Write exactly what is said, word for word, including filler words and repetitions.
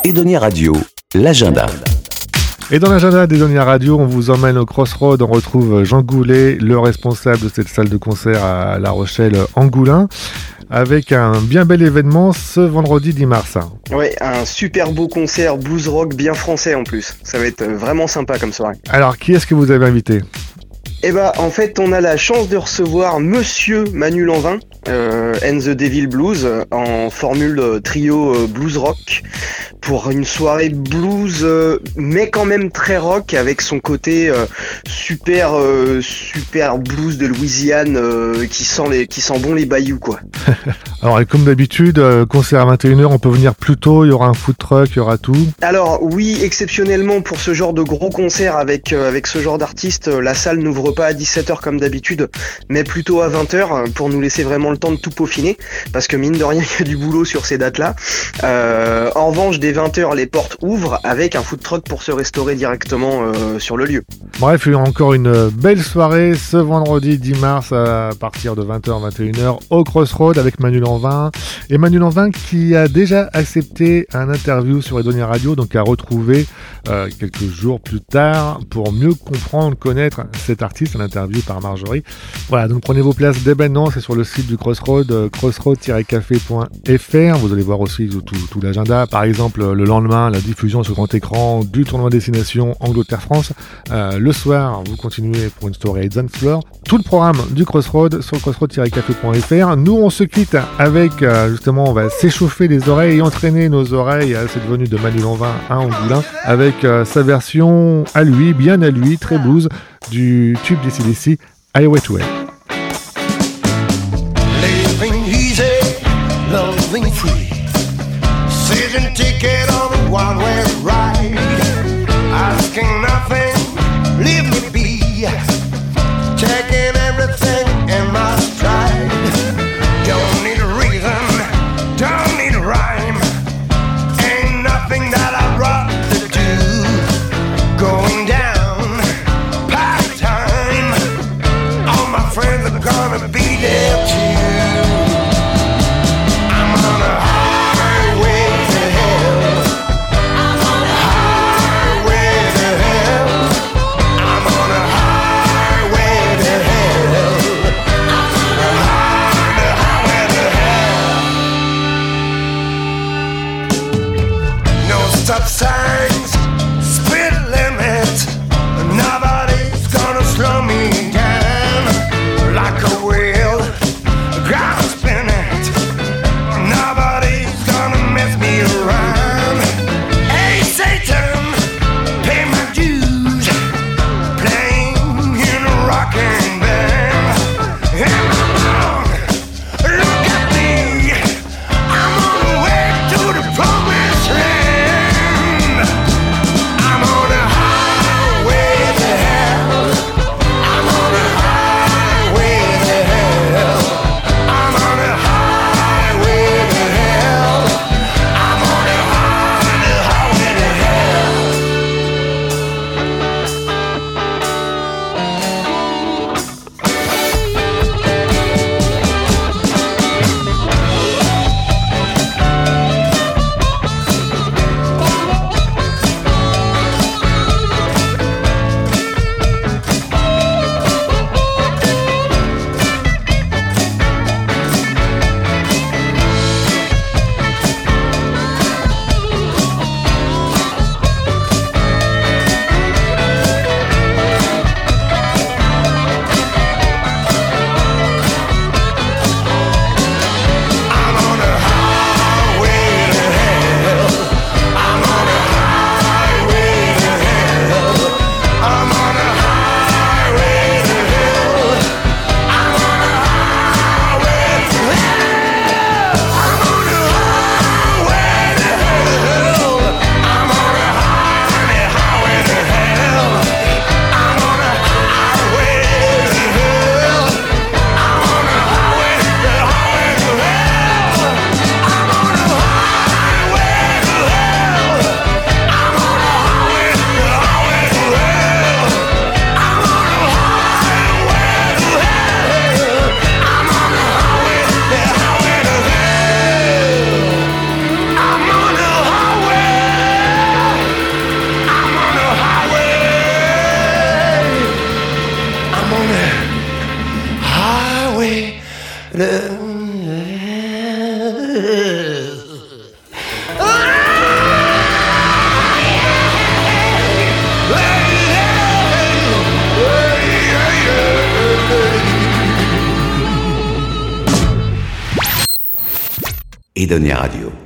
Edonia Radio, l'agenda. Et dans l'agenda d'Edonia Radio, on vous emmène au Crossroad. On retrouve Jean Goulet, le responsable de cette salle de concert à La Rochelle-Angoulins, avec un bien bel événement ce vendredi dix mars. Ouais, un super beau concert blues rock bien français en plus. Ça va être vraiment sympa comme soirée. Alors, qui est-ce que vous avez invité ? Eh bah, en fait, on a la chance de recevoir Monsieur Manu Lanvin, euh, and the Devil Blues, en formule euh, trio euh, blues rock, pour une soirée blues, euh, mais quand même très rock, avec son côté euh, super euh, super blues de Louisiane, euh, qui sent les qui sent bon les bayous, quoi. Alors, et comme d'habitude, euh, concert à vingt et une heures, on peut venir plus tôt, il y aura un food truck, il y aura tout. Alors oui, exceptionnellement pour ce genre de gros concert avec euh, avec ce genre d'artiste, euh, la salle n'ouvre pas à dix-sept heures comme d'habitude, mais plutôt à vingt heures pour nous laisser vraiment le temps de tout peaufiner, parce que mine de rien, il y a du boulot sur ces dates-là. Euh, en revanche, dès vingt heures, les portes ouvrent avec un food truck pour se restaurer directement euh, sur le lieu. Bref, il y aura encore une belle soirée ce vendredi dix mars à partir de vingt heures, vingt et une heures au Crossroad avec Manu Lanvin. Et Manu Lanvin qui a déjà accepté un interview sur Edonia Radio, donc à retrouver euh, quelques jours plus tard pour mieux comprendre, connaître cet artiste, un interview par Marjorie. Voilà, donc prenez vos places dès maintenant, c'est sur le site du Crossroad, euh, crossroad tiret café point f r. Vous allez voir aussi tout, tout, tout l'agenda, par exemple le lendemain, la diffusion sur grand écran du tournoi destination Angleterre-France. Euh, le soir, vous continuez pour une story Dance Floor. Tout le programme du Crossroad sur crossroad tiret café point f r. Nous, on se quitte avec, euh, justement, on va s'échauffer les oreilles et entraîner nos oreilles à cette venue de Manu Lanvin à Angoulins avec euh, sa version à lui, bien à lui, très blues, du tube d'A C D C, Highway to Hell. Living easy, loving free, season ticket on a one-way ride, asking nothing, leave me be, taking everything in my stride. Don't need a reason, don't need a rhyme, ain't nothing that I'd rather do. Going down, past time, all my friends are gonna be there too. I'm on a highway to hell. I'm on a highway to hell. I'm on a highway to hell. I'm on a highway to hell. No stop signs, speed limit. Nobody's gonna slow me down like a wheel, ground spinning. Nobody's gonna mess me around. Hey Satan, pay my dues, playing in a rocking band. And I'm on, look at me, I'm on the way to the promised land. I'm on a highway to hell. Edonia Radio.